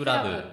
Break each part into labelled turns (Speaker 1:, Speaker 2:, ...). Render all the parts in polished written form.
Speaker 1: クラブ。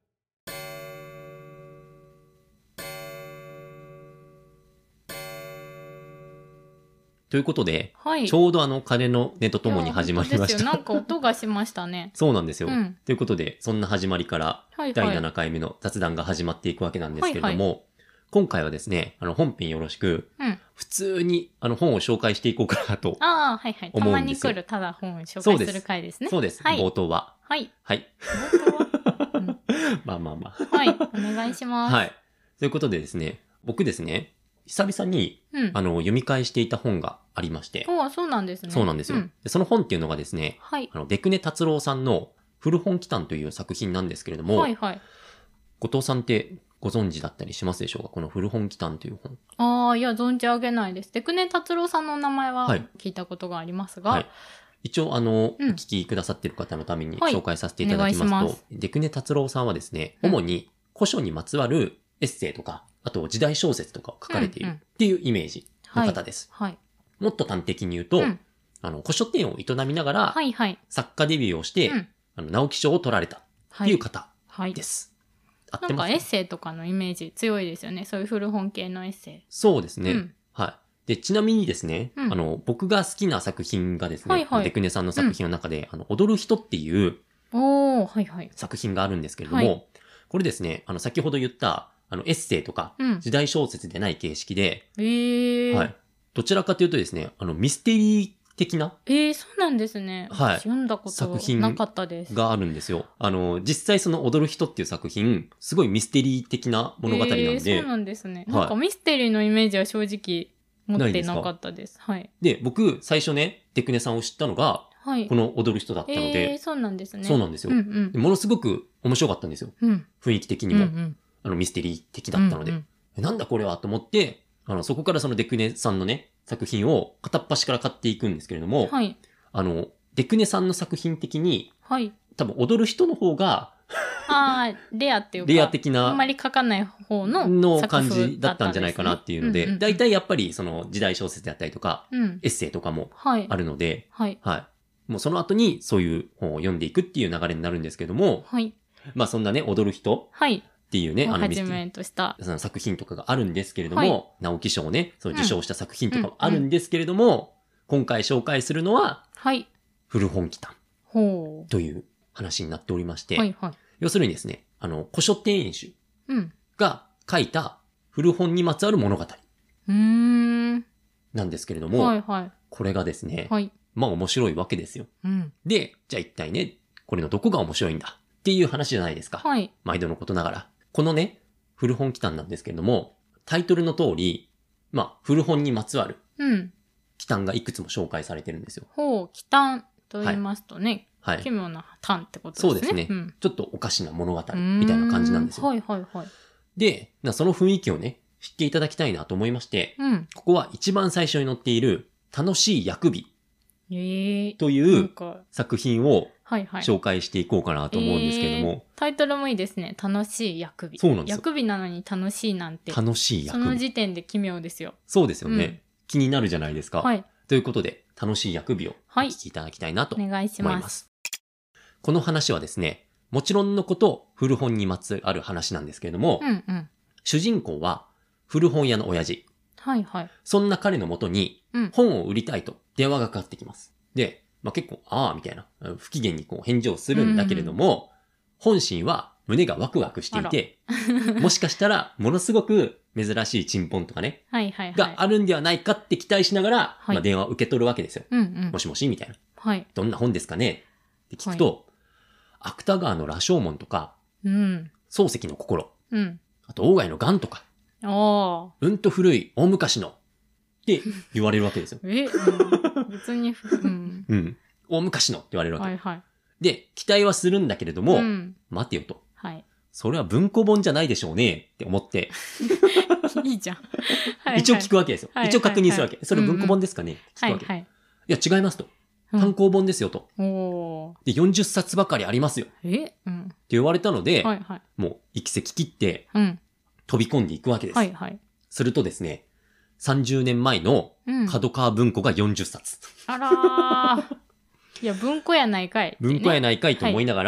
Speaker 1: ということで、
Speaker 2: はい。
Speaker 1: ちょうど鐘の音とともに始まりました。
Speaker 2: いや本当ですよ。なんか音がしましたね。
Speaker 1: そうなんですよ、
Speaker 2: うん
Speaker 1: ということで、そんな始まりから
Speaker 2: はい
Speaker 1: 第
Speaker 2: はい。
Speaker 1: 7回目の雑談が始まっていくわけなんですけれども、今回はですね、本編よろしく、
Speaker 2: うん。
Speaker 1: 普通に本を紹介していこうかなと。
Speaker 2: ああ、はいはい。た
Speaker 1: 思うんですよ
Speaker 2: まに来るただ本を紹
Speaker 1: そうです
Speaker 2: 介する回ですね。
Speaker 1: そうです、
Speaker 2: はい。
Speaker 1: 冒頭は。
Speaker 2: はい。
Speaker 1: はい。
Speaker 2: 冒頭は、うん、
Speaker 1: まあまあま
Speaker 2: はい。お願いし
Speaker 1: あ。
Speaker 2: ます。
Speaker 1: はい。ということでですね、僕ですね、久々に、
Speaker 2: うん。
Speaker 1: 読み返していた本がありまして、
Speaker 2: おーそうなんですね。
Speaker 1: そうなんですよ、
Speaker 2: うん。
Speaker 1: でその本っていうのがですね、
Speaker 2: はい。
Speaker 1: 出久根達郎さんの古本祈譚という作品なんですけれども、
Speaker 2: はいはい。
Speaker 1: 後藤さんってご存知だったりしますでしょうか、この古本祈譚という本。
Speaker 2: ああ、いや、存じ上げないです。出久根達郎さんのお名前は
Speaker 1: はい
Speaker 2: 聞いたことがありますが、
Speaker 1: はい。一応、お聞きくださっている方のために
Speaker 2: はい
Speaker 1: 紹介させていただきますと、
Speaker 2: お願いします
Speaker 1: 出久根達郎さんはですね、
Speaker 2: うん
Speaker 1: 主に古書にまつわるエッセイとか、あと時代小説とかを書かれてい
Speaker 2: うんうん
Speaker 1: るっていうイメージの方です。
Speaker 2: はい。
Speaker 1: もっと端的に言うと、
Speaker 2: うん
Speaker 1: 古書店を営みながら、
Speaker 2: はいはい。
Speaker 1: 作家デビューをして、
Speaker 2: うん
Speaker 1: 直木賞を取られたっていう方
Speaker 2: はい。
Speaker 1: です。合っ
Speaker 2: な
Speaker 1: てますか？
Speaker 2: んかエッセイとかのイメージ強いですよね。そういう古本系のエッセイ。
Speaker 1: そうですね。
Speaker 2: うん
Speaker 1: はい。で、ちなみにですね、
Speaker 2: うん
Speaker 1: 僕が好きな作品がですね、
Speaker 2: はいはい
Speaker 1: 出久根さんの作品の中で、踊る人っていう
Speaker 2: おー、はいはい。
Speaker 1: 作品があるんですけれども、
Speaker 2: はい
Speaker 1: これですね、先ほど言った、エッセイとか、
Speaker 2: うん
Speaker 1: 時代小説でない形式で、
Speaker 2: ー。
Speaker 1: はい。どちらかというとですね、ミステリー的な
Speaker 2: そうなんですね。
Speaker 1: はい
Speaker 2: 私読んだこと
Speaker 1: 作品
Speaker 2: なかったです。
Speaker 1: があるんですよ。実際その踊る人っていう作品、すごいミステリー的な物語なんで、
Speaker 2: そうなんですね。
Speaker 1: はい
Speaker 2: なんかミステリーのイメージは正直持ってなかったです。はい。
Speaker 1: で、僕、最初ね、出久根さんを知ったのが、
Speaker 2: はい。
Speaker 1: この踊る人だったので、
Speaker 2: そうなんですね。
Speaker 1: そうなんですよ、
Speaker 2: うん
Speaker 1: でものすごく面白かったんですよ。
Speaker 2: うん。うん。
Speaker 1: 雰囲気的に
Speaker 2: うん
Speaker 1: も、
Speaker 2: うん。
Speaker 1: ミステリー的だったので。
Speaker 2: うん
Speaker 1: なんだこれはと思って、そこからその出久根さんのね、作品を片っ端から買っていくんですけれども、
Speaker 2: はい。
Speaker 1: 出久根さんの作品的に、
Speaker 2: はい。
Speaker 1: 多分踊る人の方が、
Speaker 2: ああ、レアっていうか。
Speaker 1: レア的な
Speaker 2: あんまり書かない方の
Speaker 1: 感じだったんじゃないかなっていうので、大体やっぱりその時代小説であったりとか、
Speaker 2: うん。
Speaker 1: エッセイとかも
Speaker 2: はい。
Speaker 1: あるので、
Speaker 2: はい。
Speaker 1: はい。もうその後にそういう本を読んでいくっていう流れになるんですけども、
Speaker 2: はい。
Speaker 1: まあそんなね、踊る人
Speaker 2: はい。
Speaker 1: っていうね、
Speaker 2: をはじ
Speaker 1: ミステリー
Speaker 2: めとした。
Speaker 1: その作品とかがあるんですけれども、
Speaker 2: はい
Speaker 1: 直木賞をね、その受賞した作品とかも
Speaker 2: うん
Speaker 1: あるんですけれども、今回紹介するのは、
Speaker 2: はい。
Speaker 1: 古本祈譚
Speaker 2: ほ
Speaker 1: という話になっておりまして、
Speaker 2: う。はいはい。
Speaker 1: 要するにですね、古書店員主
Speaker 2: うん。
Speaker 1: が書いた古本にまつわる物語
Speaker 2: うーん。
Speaker 1: なんですけれども、
Speaker 2: はいはい。
Speaker 1: これがですね、
Speaker 2: はい。
Speaker 1: まあ面白いわけですよ。
Speaker 2: うん。
Speaker 1: で、じゃあ一体ね、これのどこが面白いんだっていう話じゃないですか。
Speaker 2: はい。
Speaker 1: 毎度のことながら。このね、古本祈譚なんですけれども、タイトルの通り、まあ、古本にまつわる
Speaker 2: うん。
Speaker 1: 祈祷がいくつも紹介されてるんですよ。
Speaker 2: ほう、祈祷と言いますとね、
Speaker 1: はい
Speaker 2: 奇。妙な誕ってことですね。
Speaker 1: そうですね。
Speaker 2: うん。
Speaker 1: ちょっとおかしな物語みたいな感じなんですよ。
Speaker 2: はいはいはい。
Speaker 1: で、その雰囲気をね、知っていただきたいなと思いまして、
Speaker 2: うん。
Speaker 1: ここは一番最初に載っている楽しい薬日とい
Speaker 2: なん
Speaker 1: う
Speaker 2: か、
Speaker 1: 作品を
Speaker 2: はいはい。
Speaker 1: 紹介していこうかなと思うんですけども、
Speaker 2: タイトルもいいですね。楽しい薬日。
Speaker 1: そうなんですよ。
Speaker 2: 薬日なのに楽しいなんて。
Speaker 1: 楽しい
Speaker 2: その
Speaker 1: 薬日。
Speaker 2: 時点で奇妙ですよ。
Speaker 1: そうですよね、
Speaker 2: うん
Speaker 1: 気になるじゃないですか。
Speaker 2: はい。
Speaker 1: ということで、楽しい薬日をお
Speaker 2: はい
Speaker 1: 聞きいただきたいなと
Speaker 2: お
Speaker 1: 思い
Speaker 2: 願いし
Speaker 1: ます。
Speaker 2: ます。
Speaker 1: この話はですね、もちろんのこと古本にまつわる話なんですけれども、
Speaker 2: うんうん。
Speaker 1: 主人公は古本屋の親父。
Speaker 2: はいはい。
Speaker 1: そんな彼のもとに
Speaker 2: うん
Speaker 1: 本を売りたいと電話がかかってきます。で、まあ、結構、ああ、みたいな、不機嫌にこう返事をするんだけれども、本心は胸がワクワクしていて、もしかしたらものすごく珍しいチンポンとかね、
Speaker 2: はいはいはい。
Speaker 1: があるんではないかって期待しながら、
Speaker 2: はい
Speaker 1: まあ、電話を受け取るわけですよ。
Speaker 2: うんうん
Speaker 1: も。しもしみたいな。
Speaker 2: はい。
Speaker 1: どんな本ですかねって聞くと、芥川の羅生門とか、
Speaker 2: うん。
Speaker 1: 漱石の心、
Speaker 2: うん。
Speaker 1: あと、鴎外の癌とか、
Speaker 2: ああ。
Speaker 1: うんと古い大昔の、って言われるわけですよ。
Speaker 2: 別に、うん。
Speaker 1: うん。大昔のって言われるわけ。
Speaker 2: はいはい。
Speaker 1: で、期待はするんだけれども、
Speaker 2: うん。
Speaker 1: 待てよと。
Speaker 2: はい。
Speaker 1: それは文庫本じゃないでしょうねって思って、
Speaker 2: いいじゃん。はい
Speaker 1: 一応聞くわけですよ。
Speaker 2: はい
Speaker 1: 一応確認するわけ。それ文庫本
Speaker 2: で
Speaker 1: ですかね、聞くわけ。
Speaker 2: はいはい。
Speaker 1: いや、違いますと。
Speaker 2: うん
Speaker 1: 単行本ですよと。
Speaker 2: おー。
Speaker 1: で、40冊ばかりありますよ。って
Speaker 2: うん。
Speaker 1: 言われたので、
Speaker 2: はいはい。
Speaker 1: もう、行きせき切って
Speaker 2: うん。
Speaker 1: 飛び込んでいくわけです。
Speaker 2: はいはい。
Speaker 1: するとですね、30年前の
Speaker 2: うん。
Speaker 1: 角川文庫が40冊。
Speaker 2: あらー。いや、文庫やないかいってね。
Speaker 1: 文庫やないかいと思いながら、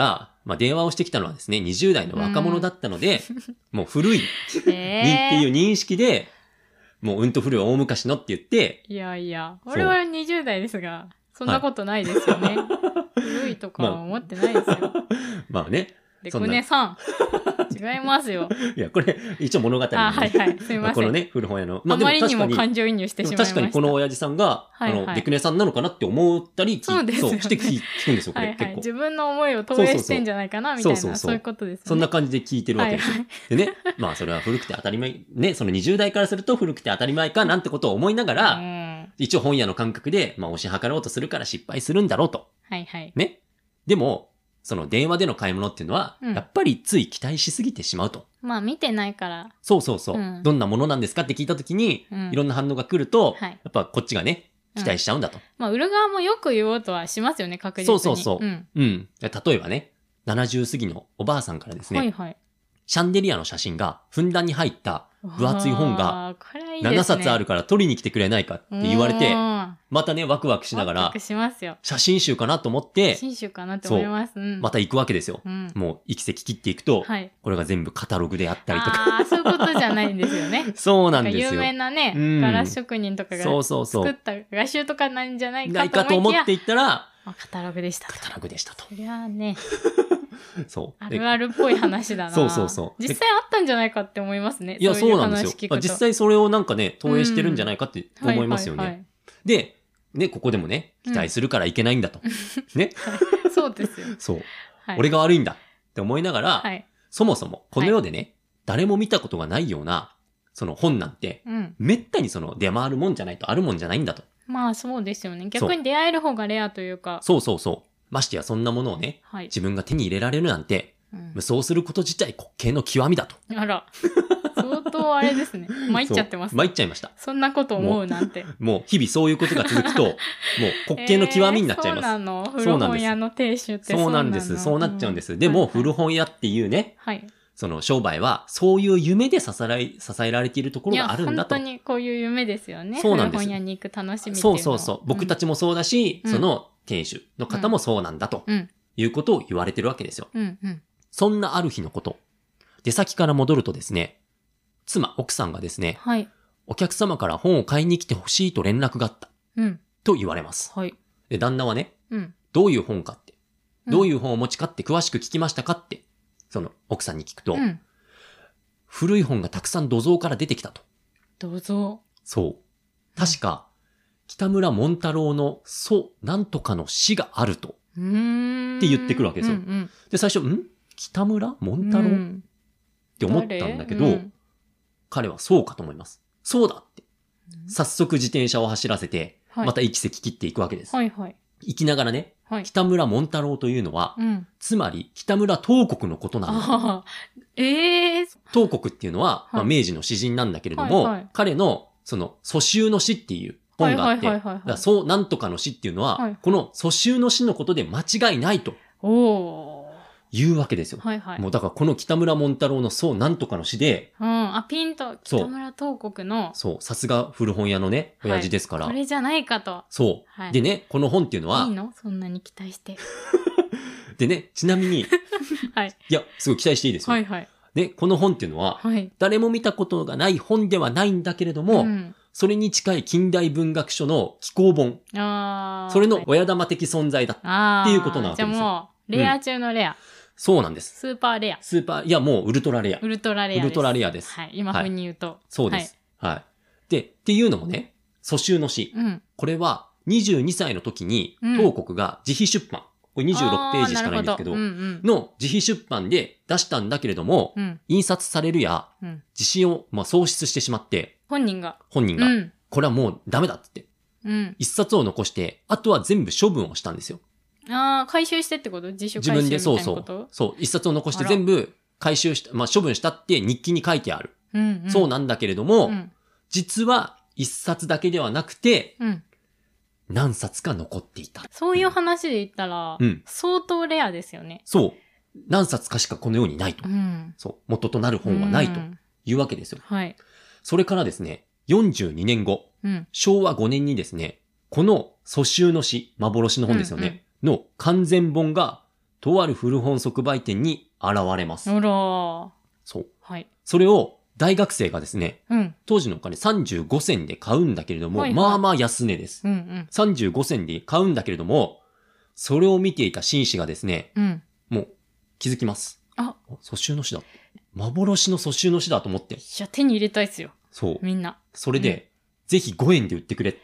Speaker 1: まあ電話をしてきたのはですね、20代の若者だったので、もう古いって
Speaker 2: え
Speaker 1: いう認識で、もう古い大昔のって言って、
Speaker 2: いやいや、
Speaker 1: そう
Speaker 2: 俺は20代ですが、そんなことないですよね。古いとかは思ってないですよ。
Speaker 1: まあね。
Speaker 2: で、
Speaker 1: そんな
Speaker 2: くねさん。違いますよ。
Speaker 1: いや、これ、一応物語
Speaker 2: あ、はいはい。すいません。
Speaker 1: このね、古本屋の。
Speaker 2: あまりにも
Speaker 1: 確か
Speaker 2: 感情移入してしまいました。
Speaker 1: 確かにこの親父さんが、
Speaker 2: はいはい
Speaker 1: デクネさんなのかなって思ったり、
Speaker 2: そうですよね
Speaker 1: して聞くんですよ、これ、
Speaker 2: はいはい。
Speaker 1: 結構。
Speaker 2: 自分の思いを投影してんじゃないかな、みたいな。そういうことですよね。
Speaker 1: そんな感じで聞いてるわけですよ。
Speaker 2: はいはい
Speaker 1: でね、まあそれは古くて当たり前、ね、その20代からすると古くて当たり前かなんてことを思いながら、一応本屋の感覚で、まあ推し量ろうとするから失敗するんだろうと。
Speaker 2: はいはい。
Speaker 1: ね。でも、その電話での買い物っていうのは、やっぱりつい期待しすぎてしまうと。
Speaker 2: まあ見てないから。
Speaker 1: そうそうそう。どんなものなんですかって聞いたときに、いろんな反応が来ると、やっぱこっちがね、期待しちゃうんだと。
Speaker 2: まあ売る側もよく言おうとはしますよね、確実に。
Speaker 1: そうそうそう。例えばね、70過ぎのおばあさんからですね、シャンデリアの写真がふんだんに入った分厚い本が7冊あるから取りに来てくれないかって言われて、またね、ワクワクしながら、写真集かなと思って、
Speaker 2: 写真集かなって思います。
Speaker 1: また行くわけですよ。もう、息せき切っていくと、これが全部カタログであったりとか。
Speaker 2: ああ、そういうことじゃないんですよね。
Speaker 1: そうなんですよ。
Speaker 2: 有名なね、ガラス職人とかが作った画集とかなんじゃないか
Speaker 1: と思って行ったら、
Speaker 2: カタログでした。
Speaker 1: カタログでしたと。
Speaker 2: そりゃあね。
Speaker 1: そう。
Speaker 2: あるあるっぽい話だな。
Speaker 1: そうそうそう。
Speaker 2: 実際あったんじゃないかって思いますね。
Speaker 1: いや、そうなんですよ。実際それをなんかね、投影してるんじゃないかって思いますよね。で、ね、ここでもね、期待するからいけないんだと。ね。
Speaker 2: そうですよ。
Speaker 1: そう。俺が悪いんだって思いながら、そもそもこの世でね、誰も見たことがないような、その本なんて、めったにその出回るもんじゃないと、あるもんじゃないんだと。
Speaker 2: まあそうですよね。逆に出会える方がレアというか。
Speaker 1: そうそうそう。ましてやそんなものをね、自分が手に入れられるなんて、そうすること自体滑稽の極みだと。
Speaker 2: あら。相当あれですね。参っちゃってます。
Speaker 1: 参っちゃいました。
Speaker 2: そんなこと思うなんて。
Speaker 1: もう日々そういうことが続くと、もう滑稽の極みになっちゃいます。
Speaker 2: そうなの。古本屋の亭主って
Speaker 1: そうなんです。そうなっちゃうんです。でも、古本屋っていうね、その商売は、そういう夢で支えられているところがあるんだと。
Speaker 2: 本当にこういう夢ですよね。
Speaker 1: そうなんです。
Speaker 2: 古本屋に行く楽しみっていうのは。
Speaker 1: そうそうそう。僕たちもそうだし、その店主の方もそうなんだと。いうことを言われてるわけですよ。そんなある日のこと。出先から戻るとですね、奥さんがですね、お客様から本を買いに来てほしいと連絡があった。と言われます。で、旦那はね、どういう本かって、どういう本をお持ちかって詳しく聞きましたかって、その奥さんに聞くと、古い本がたくさん土蔵から出てきたと。
Speaker 2: 土蔵？
Speaker 1: そう。確か、北村門太郎のなんとかの詩があると。って言ってくるわけですよ。で、最初、北村門太郎って思ったんだけど、彼はそうかと思います。そうだって。早速自転車を走らせて、また息せき切っていくわけです。行きながらね、北村門太郎というのは、つまり北村東国のことなんだ。東国っていうのは、明治の詩人なんだけれども、彼のその蘇州の詩っていう本があって、なんとかの詩っていうのは、この蘇州の詩のことで間違いないと。言うわけですよ。もうだからこの北村門太郎のなんとかの詩で、
Speaker 2: ピンと北村東国の。
Speaker 1: さすが古本屋のね、親父ですから。
Speaker 2: これじゃないかと。
Speaker 1: そう。でね、この本っていうのは。
Speaker 2: いいの？そんなに期待して。
Speaker 1: でね、ちなみに、いや、すごい期待していいですよ。で、この本っていうのは、誰も見たことがない本ではないんだけれども、それに近い近代文学書の紀行本。それの親玉的存在だっていうことなわけですよ。
Speaker 2: じゃあもう、レア中のレア。
Speaker 1: そうなんです。
Speaker 2: スーパーレア。
Speaker 1: いやもうウルトラレア。
Speaker 2: ウルトラレアです。
Speaker 1: ウルトラレアです。
Speaker 2: 今風に言うと。
Speaker 1: そうです。で、っていうのもね、蘇州の詩。これは22歳の時に、東国が自費出版。これ26ページしかないんですけど、の自費出版で出したんだけれども、印刷されるや、自信を喪失してしまって、
Speaker 2: 本人が。
Speaker 1: これはもうダメだって言って、一冊を残して、あとは全部処分をしたんですよ。
Speaker 2: 回収してってこと？自主回収みたいなこと？
Speaker 1: 自分でそう、一冊を残して全部回収した、処分したって日記に書いてある。そうなんだけれども、実は一冊だけではなくて、何冊か残っていた。
Speaker 2: そういう話で言ったら、相当レアですよね。
Speaker 1: そう。何冊かしかこの世にないと。そう。元となる本はないというわけですよ。それからですね、42年後、昭和5年にですね、この蘇州の詩、幻の本ですよね。の完全本がとある古本即売店に現れます。
Speaker 2: あらー。
Speaker 1: そう。
Speaker 2: はい。
Speaker 1: それを大学生がですね、
Speaker 2: うん。
Speaker 1: 当時のお金35銭で買うんだけれども、
Speaker 2: はいはい
Speaker 1: まあまあ安値です。
Speaker 2: うんうん。
Speaker 1: 35銭で買うんだけれども、それを見ていた紳士がですね、
Speaker 2: うん。
Speaker 1: もう気づきます。
Speaker 2: あ、
Speaker 1: 蘇州の詩だ。幻の蘇州の詩だと思って。
Speaker 2: いや、手に入れたいっすよ。
Speaker 1: そう。
Speaker 2: みんな。
Speaker 1: それで、ぜひ5円で売ってくれって、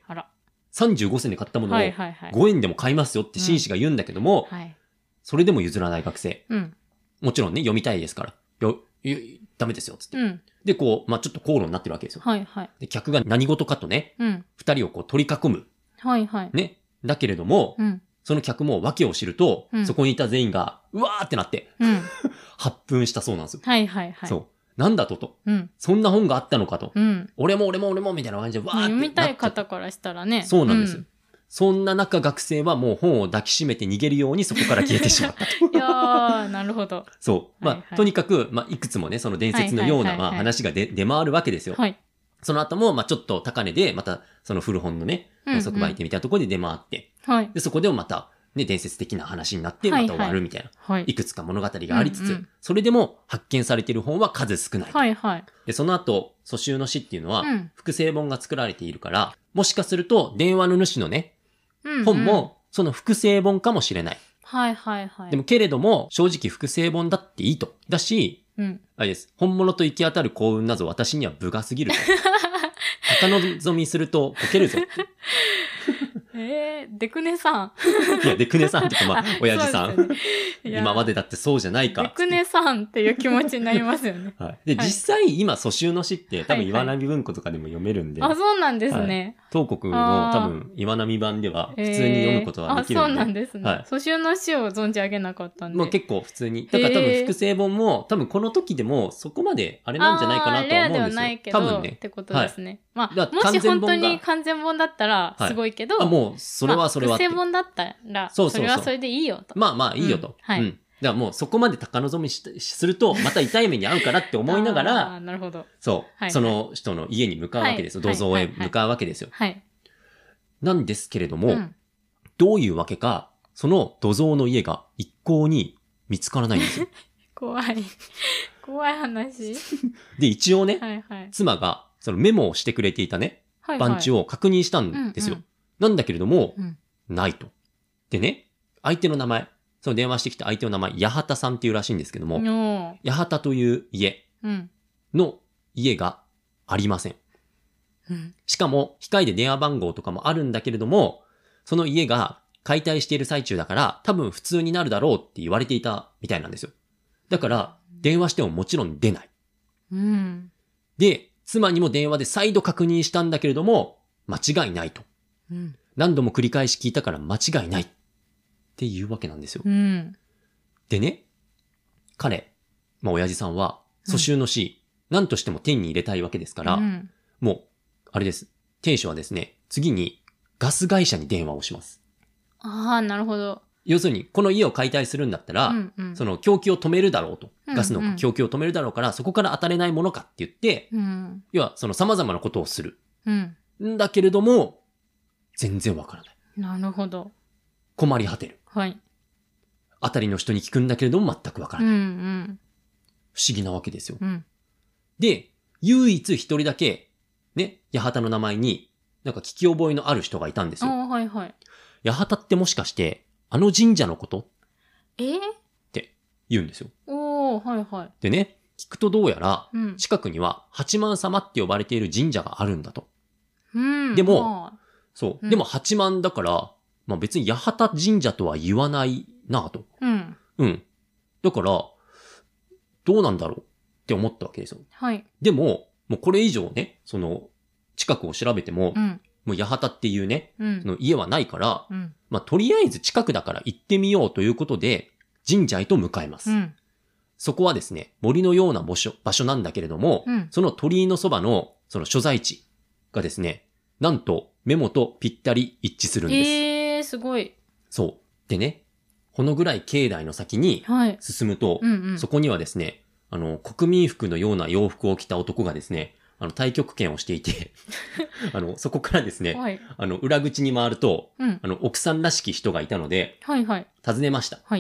Speaker 2: あら。
Speaker 1: 35銭で買ったものを
Speaker 2: はいはいはい。
Speaker 1: 5円でも買いますよって紳士が言うんだけども、
Speaker 2: はい。
Speaker 1: それでも譲らない学生。
Speaker 2: うん。
Speaker 1: もちろんね、読みたいですから。ダメですよ、つって。
Speaker 2: うん。
Speaker 1: で、こう、まあちょっと口論になってるわけですよ。
Speaker 2: はいはい。
Speaker 1: で、客が何事かとね、
Speaker 2: うん。
Speaker 1: 二人をこう取り囲む。
Speaker 2: はいはい。
Speaker 1: ね。だけれども、
Speaker 2: うん。
Speaker 1: その客も訳を知ると、
Speaker 2: うん
Speaker 1: そこにいた全員が、うわーってなって、
Speaker 2: うん。
Speaker 1: 発奮したそうなんですよ。
Speaker 2: はいはいはい。
Speaker 1: そう。なんだと。
Speaker 2: うん。
Speaker 1: そんな本があったのかと。
Speaker 2: うん。
Speaker 1: 俺もみたいな感じで、わーって
Speaker 2: 読みたい
Speaker 1: なっちゃって
Speaker 2: 方からしたらね。
Speaker 1: そうなんですよ。そんな中、学生はもう本を抱きしめて逃げるようにそこから消えてしまったと。
Speaker 2: いやー、なるほど。
Speaker 1: そう。まあ、
Speaker 2: はいはい
Speaker 1: とにかく、まあ、いくつもね、その伝説のような、
Speaker 2: はいはいはいはい
Speaker 1: まあ、話が出回るわけですよ。
Speaker 2: はい。
Speaker 1: その後も、まあ、ちょっと高値で、また、その古本のね、
Speaker 2: うんうん
Speaker 1: 即売店みたいなところで出回って、
Speaker 2: はい。
Speaker 1: で、そこでもまた、ね、伝説的な話になって、
Speaker 2: はい
Speaker 1: また終わるみたいな。
Speaker 2: はい。
Speaker 1: いくつか物語がありつつ、
Speaker 2: うんうん
Speaker 1: それでも発見されている本は数少ない。
Speaker 2: はいはい。
Speaker 1: で、その後、蘇州の詩っていうのは、
Speaker 2: うん
Speaker 1: 複製本が作られているから、もしかすると、電話の主のね、
Speaker 2: うんうん
Speaker 1: 本も、その複製本かもしれない。
Speaker 2: はいはいはい。
Speaker 1: でも、けれども、正直複製本だっていいと。だし、
Speaker 2: うん。
Speaker 1: あれです。本物と行き当たる幸運など私には分が過ぎると。高望みするとこけるぞって。
Speaker 2: デクネさん。
Speaker 1: いや、で、くねさんとか、まあ、親父さ。
Speaker 2: そうんですよねいや
Speaker 1: 今までだってそうじゃないか。
Speaker 2: デクネさんっていう気持ちになりますよね。
Speaker 1: はい。で、
Speaker 2: はい
Speaker 1: 実際、今、蘇州の詩って、多分、
Speaker 2: はいはい
Speaker 1: 岩波文庫とかでも読めるんで、
Speaker 2: あ、そうなんですね。
Speaker 1: 当国の
Speaker 2: あー
Speaker 1: 多分、岩波版では、普通に読むことはできる
Speaker 2: あ、そうなん
Speaker 1: んで。
Speaker 2: ですね。
Speaker 1: はい
Speaker 2: 蘇州の詩を存じ上げなかったんで。
Speaker 1: もう結構普通に。だから多分、複製本も、多分この時でも、そこまで、あれなんじゃないかなと
Speaker 2: レアでは
Speaker 1: は思うんですよ。
Speaker 2: ないけど、
Speaker 1: 多分ね
Speaker 2: っ。てことですね。ま
Speaker 1: だ
Speaker 2: あ、もし
Speaker 1: 完全本が
Speaker 2: 本当に完全本だったら、すごいけど、
Speaker 1: あ、もう、それはそれはって。
Speaker 2: 複製本だったら、
Speaker 1: そうそうそう
Speaker 2: それはそれでいいよと。
Speaker 1: まあまあいいよと。
Speaker 2: うんはい
Speaker 1: だからもうそこまで高望みすると、また痛い目に遭うからって思いなが
Speaker 2: あー
Speaker 1: ら、
Speaker 2: なるほど。
Speaker 1: そう、
Speaker 2: はい
Speaker 1: その人の家に向かうわけですよ。
Speaker 2: はい
Speaker 1: 土蔵へ向かうわけですよ。
Speaker 2: はい。
Speaker 1: なんですけれども、
Speaker 2: うん
Speaker 1: どういうわけか、その土蔵の家が一向に見つからないんですよ。
Speaker 2: 怖い。怖い話。
Speaker 1: で、一応ね、
Speaker 2: はいはい。
Speaker 1: 妻がそのメモをしてくれていたね、
Speaker 2: はいはい
Speaker 1: 番地を確認したんですよ。
Speaker 2: うん
Speaker 1: なんだけれども、
Speaker 2: うん
Speaker 1: ないと。でね、相手の名前、その電話してきた相手の名前、八幡さんっていうらしいんですけども、
Speaker 2: の
Speaker 1: 八幡という家
Speaker 2: うん。
Speaker 1: の家がありません。
Speaker 2: うん。
Speaker 1: しかも、機械で電話番号とかもあるんだけれども、その家が解体している最中だから、多分普通になるだろうって言われていたみたいなんですよ。だから、電話してももちろん出ない。
Speaker 2: うん。
Speaker 1: で、妻にも電話で再度確認したんだけれども、間違いないと。
Speaker 2: うん。
Speaker 1: 何度も繰り返し聞いたから間違いない。っていうわけなんですよ。
Speaker 2: うん。
Speaker 1: でね、彼、まあ親父さんは、蘇州の詩、何としても手に入れたいわけですから、
Speaker 2: うん
Speaker 1: もう、あれです。店主はですね、次にガス会社に電話をします。
Speaker 2: ああ、なるほど。
Speaker 1: 要するに、この家を解体するんだったら、
Speaker 2: うんうん
Speaker 1: その供給を止めるだろうと。
Speaker 2: うん
Speaker 1: ガスの供給を止めるだろうから、そこから当たれないものかって言って、
Speaker 2: うん。
Speaker 1: 要はその様々なことをする。
Speaker 2: うん。
Speaker 1: んだけれども、全然わからない。
Speaker 2: なるほど。
Speaker 1: 困り果てる。
Speaker 2: はい。
Speaker 1: あたりの人に聞くんだけれども全くわから
Speaker 2: うんう
Speaker 1: ない。
Speaker 2: ん。
Speaker 1: 不思議なわけですよ。
Speaker 2: うん。
Speaker 1: で、唯一一人だけ、ね、八幡の名前に、なんか聞き覚えのある人がいたんですよ。
Speaker 2: ああ、はいはい。
Speaker 1: 八幡ってもしかして、あの神社のこと
Speaker 2: え
Speaker 1: って言うんですよ。
Speaker 2: おー、はいはい。
Speaker 1: でね、聞くとどうやら、
Speaker 2: うん。
Speaker 1: 近くには八幡様って呼ばれている神社があるんだと。
Speaker 2: うん。
Speaker 1: でも
Speaker 2: は
Speaker 1: そう。
Speaker 2: うん
Speaker 1: でも八幡だから、まあ別に八幡神社とは言わないなぁと。
Speaker 2: いうん。
Speaker 1: うん。だから、どうなんだろうって思ったわけですよ。
Speaker 2: はい。
Speaker 1: でも、もうこれ以上ね、その、近くを調べても、
Speaker 2: うん。
Speaker 1: もう八幡っていうね、
Speaker 2: うん
Speaker 1: そ。の家はないから、
Speaker 2: うん。
Speaker 1: まあとりあえず近くだから行ってみようということで、神社へと向かいます。
Speaker 2: うん。
Speaker 1: そこはですね、森のような場所なんだけれども、
Speaker 2: うん
Speaker 1: その鳥居のそばの、その所在地がですね、なんとメモとぴったり一致するんです。
Speaker 2: すごい。
Speaker 1: そう。でね、このぐらい境内の先に
Speaker 2: はい。
Speaker 1: 進むと、
Speaker 2: うんうん。
Speaker 1: そこにはですね、国民服のような洋服を着た男がですね、太極拳をしていて、そこからですね、
Speaker 2: はい。
Speaker 1: 裏口に回ると、
Speaker 2: うん。
Speaker 1: 奥さんらしき人がいたので、
Speaker 2: はいはい。
Speaker 1: 尋ねました。
Speaker 2: はい。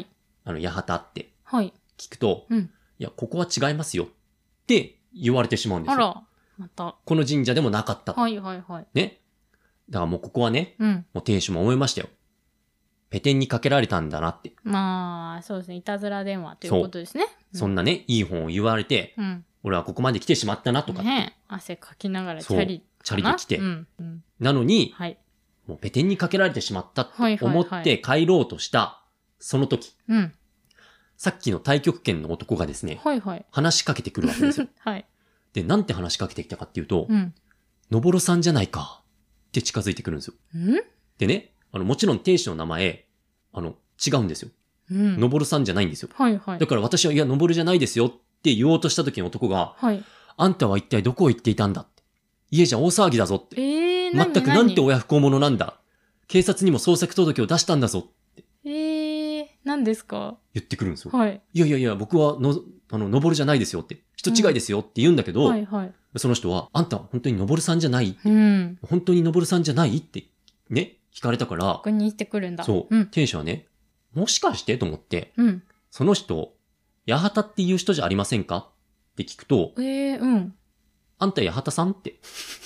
Speaker 1: 八幡って
Speaker 2: はい。
Speaker 1: 聞くと、
Speaker 2: うん。
Speaker 1: いや、ここは違いますよって言われてしまうんですよ。
Speaker 2: あら、また。
Speaker 1: この神社でもなかったと。
Speaker 2: はいはいはい。
Speaker 1: ね。だからもうここはね、
Speaker 2: うん。
Speaker 1: もう店主も思いましたよ。ペテンにかけられたんだなって。
Speaker 2: まあ、そうですね。いたずら電話ということですね。
Speaker 1: そんなね、いい本を言われて、
Speaker 2: うん。
Speaker 1: 俺はここまで来てしまったなとか。
Speaker 2: ねえ汗かきながらチ
Speaker 1: そう
Speaker 2: ャリ
Speaker 1: チャリで来て
Speaker 2: うん。うん。
Speaker 1: なのに、
Speaker 2: はい。
Speaker 1: もうペテンにかけられてしまったって
Speaker 2: はいはい
Speaker 1: 思
Speaker 2: はい
Speaker 1: って帰ろうとした、その時、
Speaker 2: うん。
Speaker 1: さっきの太極拳の男がですね、
Speaker 2: はいはい。
Speaker 1: 話しかけてくるわけですよ。
Speaker 2: はい。
Speaker 1: で、なんて話しかけてきたかっていうと、
Speaker 2: うん。
Speaker 1: のぼるさんじゃないかって近づいてくるんですよ。
Speaker 2: うん
Speaker 1: でね、もちろん店主の名前、違うんですよ。
Speaker 2: うん。
Speaker 1: のぼるさんじゃないんですよ。
Speaker 2: はいはい
Speaker 1: だ。から私は、いや、のぼるじゃないですよって言おうとした時に男が、
Speaker 2: はい。
Speaker 1: あんたは一体どこを行っていたんだって。家じゃ大騒ぎだぞって。全くなんて親不孝者なんだ。警察にも捜索届を出したんだぞって
Speaker 2: 何ですか？
Speaker 1: 言ってくるんですよ。
Speaker 2: はい。
Speaker 1: いやいやいや、僕はのぼるじゃないですよって。人違いですよって言うんだけど、
Speaker 2: はいはい。
Speaker 1: その人は、あんたは本当にのぼるさんじゃない
Speaker 2: うん。
Speaker 1: 本当にのぼるさんじゃないってね、聞かれたから、
Speaker 2: 確認してくるんだ。
Speaker 1: そう、
Speaker 2: うん。
Speaker 1: 店主はね、もしかしてと思って、
Speaker 2: うん。
Speaker 1: その人、八幡っていう人じゃありませんかって聞くと、
Speaker 2: うん。
Speaker 1: あんた八幡さんって。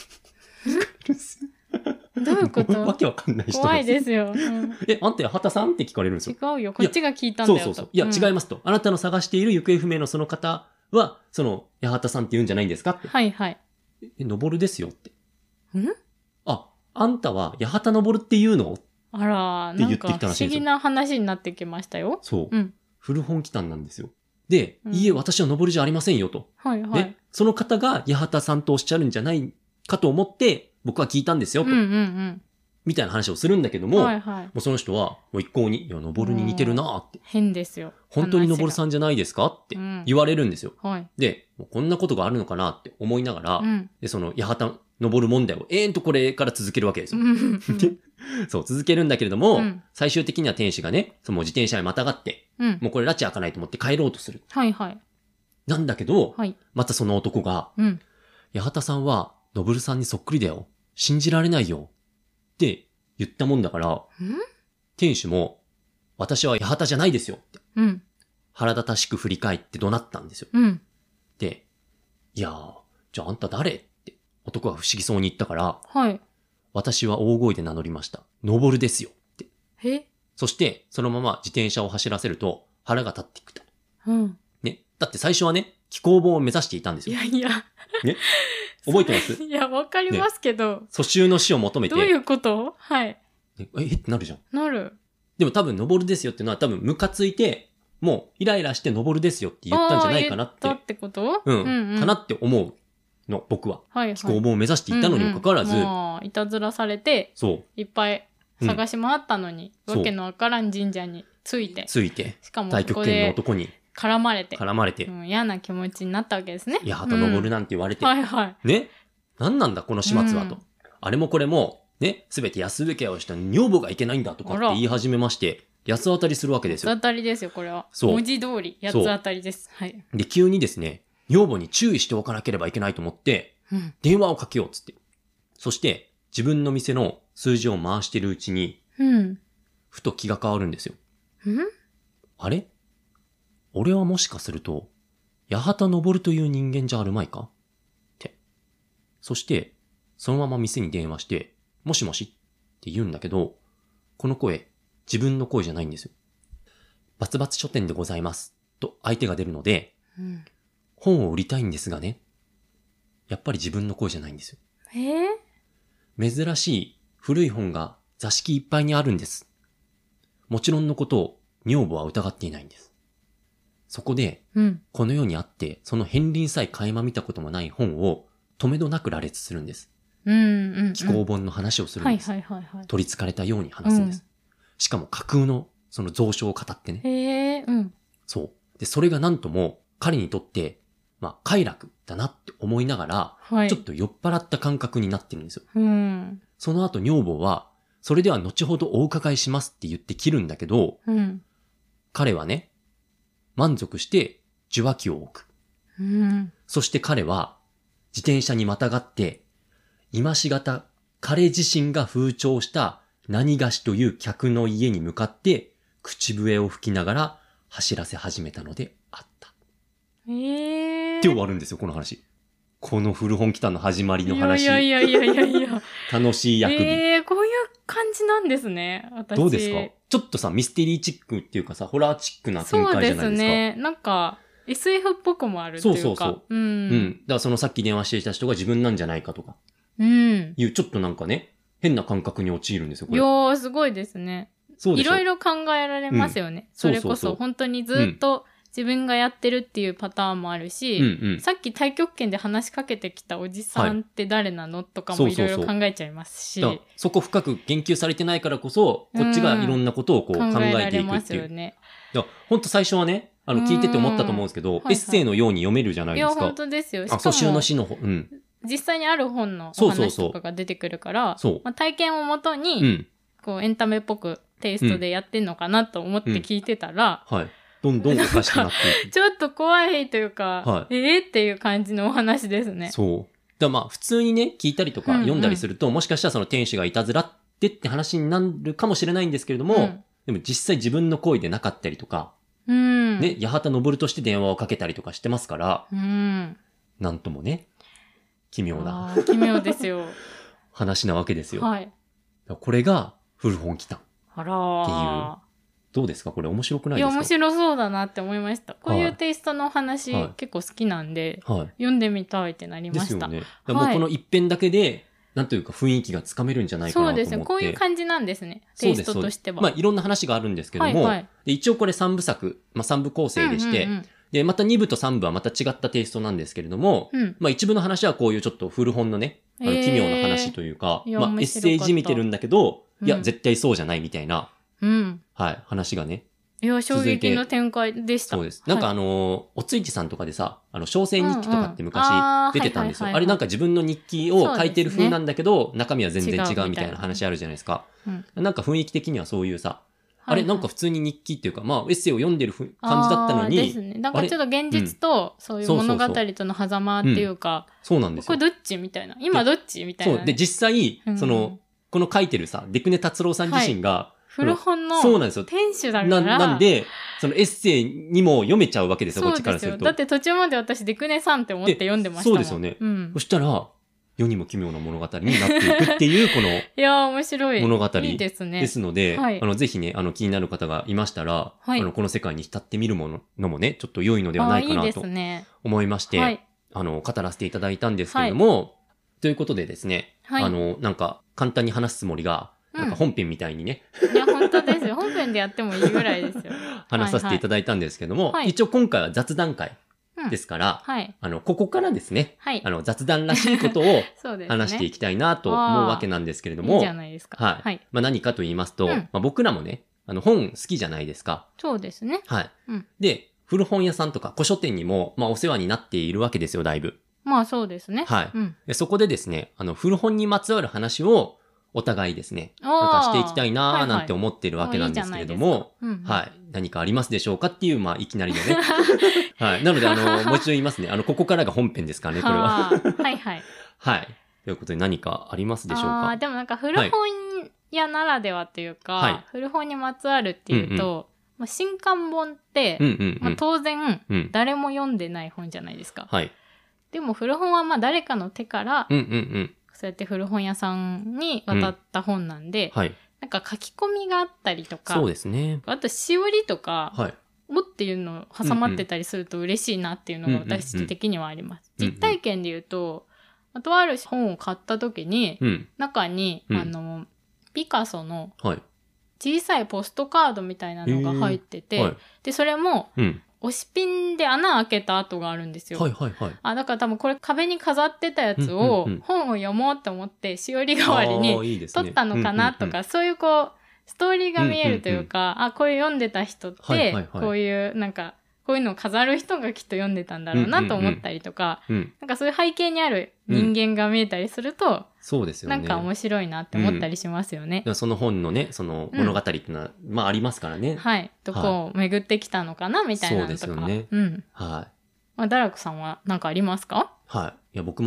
Speaker 2: どういうこ
Speaker 1: わ
Speaker 2: と？
Speaker 1: けわかんない人
Speaker 2: 怖いですよ。うん
Speaker 1: あんた八幡さんって聞かれるんですよ。
Speaker 2: 違うよ。こっちが聞いたんだよと。
Speaker 1: そうそうそう。いや、違い
Speaker 2: ま
Speaker 1: ますと。あなたの探している行方不明のその方は、その、八幡さんって言うんじゃないんですかって。
Speaker 2: はいはい。
Speaker 1: のぼるですよって。
Speaker 2: ん
Speaker 1: あんたは八幡のぼるって言うの
Speaker 2: あら、
Speaker 1: って言って
Speaker 2: なんか不
Speaker 1: きたらしいんですよ
Speaker 2: 思議な話になってきましたよ。
Speaker 1: そう。
Speaker 2: うん。
Speaker 1: 古本期間なんですよ。で、
Speaker 2: うん
Speaker 1: いいえ、私はのぼるじゃありませんよと。
Speaker 2: はいはい
Speaker 1: ね。。その方が八幡さんとおっしゃるんじゃないかと思って、僕は聞いたんですよと。
Speaker 2: うんうん
Speaker 1: みたいな話をするんだけど
Speaker 2: うん。
Speaker 1: も、
Speaker 2: はいはい。
Speaker 1: もうその人は、もう一向に、いや、のぼるに似てるなーって。
Speaker 2: 変ですよ。
Speaker 1: 本当にのぼる
Speaker 2: ん。
Speaker 1: さんじゃないですかって
Speaker 2: うん
Speaker 1: 言われるんですよ。
Speaker 2: はい。
Speaker 1: で、もうこんなことがあるのかなって思いながら、
Speaker 2: うん。
Speaker 1: で、その八幡登る問題を延々とこれから続けるわけですよ。
Speaker 2: うん。
Speaker 1: そう、続けるんだけれども、
Speaker 2: うん
Speaker 1: 最終的には店主がね、その自転車にまたがって、
Speaker 2: うん。
Speaker 1: もうこれ拉致開かないと思って帰ろうとする。
Speaker 2: はいはい。
Speaker 1: なんだけど、
Speaker 2: はい。
Speaker 1: またその男が、
Speaker 2: うん。
Speaker 1: 八幡さんは、のぶるさんにそっくりだよ。信じられないよ。って言ったもんだから、店主も、私は八幡じゃないですよって
Speaker 2: うん。
Speaker 1: 腹立たしく振り返って怒鳴ったんですよ。
Speaker 2: うん。
Speaker 1: で、いやー、じゃああんた誰って男が不思議そうに言ったから、
Speaker 2: はい。
Speaker 1: 私は大声で名乗りました。のぼるですよって。
Speaker 2: え
Speaker 1: そして、そのまま自転車を走らせると腹が立ってきた。
Speaker 2: うん。
Speaker 1: ね。だって最初はね、気候本を目指していたんですよ。
Speaker 2: いやいや。
Speaker 1: ね。覚えてます
Speaker 2: いや、わかりますけど。
Speaker 1: 蘇州の死を求めて。
Speaker 2: どういうこと？はい。
Speaker 1: ねってなるじゃん。
Speaker 2: なる。
Speaker 1: でも多分、のぼるですよっていうのは多分、ムカついて、もう、イライラしてのぼるですよって言ったんじゃないかなって。
Speaker 2: 言ったってこと？
Speaker 1: うん。かなって思うの、僕は。
Speaker 2: はいはい。
Speaker 1: 気候本を目指していたのにもかかわらず、
Speaker 2: もういたずらされて、
Speaker 1: そう、
Speaker 2: いっぱい探し回ったのに、
Speaker 1: うん
Speaker 2: わけのわからん神社について、
Speaker 1: ついて、
Speaker 2: しかも
Speaker 1: 太極拳の
Speaker 2: そこで
Speaker 1: 男に
Speaker 2: 絡まれて、
Speaker 1: 絡まれて、
Speaker 2: 嫌な気持ちになったわけですね。
Speaker 1: 八幡登るなんて言われて、
Speaker 2: はいはい。
Speaker 1: ね。なんなんだ、この始末はと。
Speaker 2: うん
Speaker 1: あれもこれも、ね、すべて安請け合いをした女房がいけないんだとかって言い始めまして、八つ当たりするわけですよ。
Speaker 2: 八つ当たりですよ、これは。
Speaker 1: そう
Speaker 2: 文字通り、八つ当たりです。はい。
Speaker 1: で、急にですね、女房に注意しておかなければいけないと思って、
Speaker 2: うん。
Speaker 1: 電話をかけようっつって。そして、自分の店の数字を回してるうちに、
Speaker 2: うん。
Speaker 1: ふと気が変わるんですよ。
Speaker 2: うん
Speaker 1: あれ俺はもしかすると、八幡登という人間じゃあるまいかって。そして、そのまま店に電話して、もしもしって言うんだけど、この声、自分の声じゃないんですよ。バツバツ書店でございます。と相手が出るので、
Speaker 2: うん。
Speaker 1: 本を売りたいんですがね。やっぱり自分の声じゃないんですよ。珍しい古い本が座敷いっぱいにあるんです。もちろんのことを女房は疑っていないんです。そこで、
Speaker 2: うん。
Speaker 1: この世にあって、その片鱗さえ垣間見たこともない本を止めどなく羅列するんです。
Speaker 2: うん。うん。
Speaker 1: 気候本の話をするんです。
Speaker 2: はいはいはいはい。
Speaker 1: 取り憑かれたように話すんです。しかも架空のその蔵書を語ってね。
Speaker 2: へえ、うん。
Speaker 1: そう。で、それがなんとも彼にとって、快楽だなって思いながら、
Speaker 2: はい。
Speaker 1: ちょっと酔っ払った感覚になってるんですよ。
Speaker 2: うん。
Speaker 1: その後女房は、それでは後ほどお伺いしますって言って切るんだけど、
Speaker 2: うん。
Speaker 1: 彼はね、満足して受話器を置く。
Speaker 2: うん。
Speaker 1: そして彼は自転車にまたがって、今しがた彼自身が風潮した何がしという客の家に向かって口笛を吹きながら走らせ始めたのであった。
Speaker 2: で
Speaker 1: 終わるんですよ、この話。この古本期間の始まりの話。
Speaker 2: いや。
Speaker 1: 楽しい役
Speaker 2: こういう感じなんですね、私。
Speaker 1: どうですか？ちょっとさ、ミステリーチックっていうかさ、ホラーチックな展開じゃないですか。そうですね。
Speaker 2: なんか、SF っぽくもあるっていうか。そう。うん。
Speaker 1: だからそのさっき電話していた人が自分なんじゃないかとか。いう、ちょっとなんかね、変な感覚に陥るんですよ、これ。
Speaker 2: いやー、すごいですね。そうでしょ。いろいろ考えられますよね。それこそ、本当にずっと、自分がやってるっていうパターンもあるし、さっき太極拳で話しかけてきたおじさんって誰なの、とかもいろいろ考えちゃいますし。
Speaker 1: そこ深く言及されてないからこそ、こっちがいろんなことをこう考えていくっていう。ね。本当最初はね、聞いてて思ったと思うんですけど、エッセイのように読めるじゃないですか。いや、
Speaker 2: 本当ですよ。
Speaker 1: そう、週の詩の、
Speaker 2: 実際にある本のお話とかが出てくるから、体験をもとに、こう、エンタメっぽくテイストでやってんのかなと思って聞いてたら、どんどんおかしくなっていく。ちょっと怖いというか、っていう感じのお話ですね。
Speaker 1: そう。だまあ、普通にね、聞いたりとか読んだりすると、もしかしたらその天使がいたずらってって話になるかもしれないんですけれども、でも実際自分の行為でなかったりとか、ね、八幡昇として電話をかけたりとかしてますから、なんともね、奇妙な。
Speaker 2: 奇妙ですよ。
Speaker 1: 話なわけですよ。
Speaker 2: はい。
Speaker 1: これが古本期間。
Speaker 2: あらー。
Speaker 1: っていう。どうですか？これ面白くないですか？
Speaker 2: いや、面白そうだなって思いました。こういうテイストのお話、結構好きなんで、読んでみたいってなりました。ですよね。
Speaker 1: もうこの一編だけで、なんというか雰囲気がつかめるんじゃないかなと思って。
Speaker 2: そうですね。こういう感じなんですね。テイストとしては。
Speaker 1: まあ、いろんな話があるんですけども、で一応これ3部作、まあ3部構成でして、で、また2部と3部はまた違ったテイストなんですけれども、まあ一部の話はこういうちょっと古本のね、奇妙な話というか、まあエッセイじみてるんだけど、いや、絶対そうじゃないみたいな、はい、話がね。
Speaker 2: いや、衝撃の展開でした。
Speaker 1: そうです。なんかおついちさんとかでさ、小生日記とかって昔出てたんですよ。あれなんか自分の日記を書いてる風なんだけど、中身は全然違うみたいな話あるじゃないですか。なんか雰囲気的にはそういうさ、あれなんか普通に日記っていうか、まあエッセイを読んでる感じだったのに。
Speaker 2: ですね。なんかちょっと現実とそういう物語との狭間っていうか、
Speaker 1: そうなんですよ。
Speaker 2: これどっちみたいな。今どっちみたいな。
Speaker 1: そう。で、実際、この書いてるさ、出久根達郎さん自身が、
Speaker 2: 古本の店主だから。
Speaker 1: なんで、そのエッセイにも読めちゃうわけですよ、こっちからすると。
Speaker 2: だって途中まで私、出久根さんって思って読んでましたもん。
Speaker 1: そうですよね。そしたら、世にも奇妙な物語になっていくっていう、この、い
Speaker 2: やー、面白い。
Speaker 1: 物語
Speaker 2: いいですね。
Speaker 1: ですので、ぜひね、気になる方がいましたら、この世界に浸ってみるのもね、ちょっと良いのではないかなと思いまして、語らせていただいたんですけれども、ということでですね、なんか、簡単に話すつもりが、なんか本編みたいにね。
Speaker 2: いや、本当ですよ。本編でやってもいいぐらいですよ。
Speaker 1: 話させていただいたんですけども、一応今回は雑談会ですから、ここからですね、雑談らしいことを話していきたいなと思うわけなんですけれども、
Speaker 2: いいじゃないですか。
Speaker 1: はい。まあ何かと言いますと、僕らもね、本好きじゃないですか。
Speaker 2: そうですね。
Speaker 1: はい。で、古本屋さんとか古書店にも、まあお世話になっているわけですよ、だいぶ。
Speaker 2: まあそうですね。
Speaker 1: はい。そこでですね、古本にまつわる話を、お互いですね、なんかしていきたいなーなんて思ってるわけなんですけれども、はい。何かありますでしょうかっていう、まあ、いきなりのね。はい。なので、もう一度言いますね。ここからが本編ですからね、これは。
Speaker 2: はいはい。
Speaker 1: はい。ということで何かありますでしょうか？
Speaker 2: でもなんか古本屋ならではっていうか、古本にまつわるっていうと、新刊本って、当然、誰も読んでない本じゃないですか。はい。でも古本はまあ誰かの手から、そうやって古本屋さんに渡った本なんで、なんか書き込みがあったりとか、
Speaker 1: そうですね。
Speaker 2: あとしおりとか、おっていうの挟まってたりすると嬉しいなっていうのが私的にはあります。実体験で言うと、とある本を買った時に、中に、ピカソの小さいポストカードみたいなのが入ってて、で、それも、押しピンで穴開けた跡があるんですよ。だから多分これ壁に飾ってたやつを、本を読もうと思って、しおり代わりに取ったのかなとか、そういうこう、ストーリーが見えるというか、こういう読んでた人って、こういうなんか、こういうのを飾る人がきっと読んでたんだろうなと思ったりとか、なんかそういう背景にある人間が見えたりすると、
Speaker 1: そうですよね。
Speaker 2: なんか面白いなって思ったりしますよね。
Speaker 1: その本のね、その物語っていうのは、まあありますからね。
Speaker 2: はい。どこを巡ってきたのかなみたいなのとか。
Speaker 1: そうですよね。はい。
Speaker 2: まあ、ダラクさんは何かありますか？
Speaker 1: はい。いや、僕もね、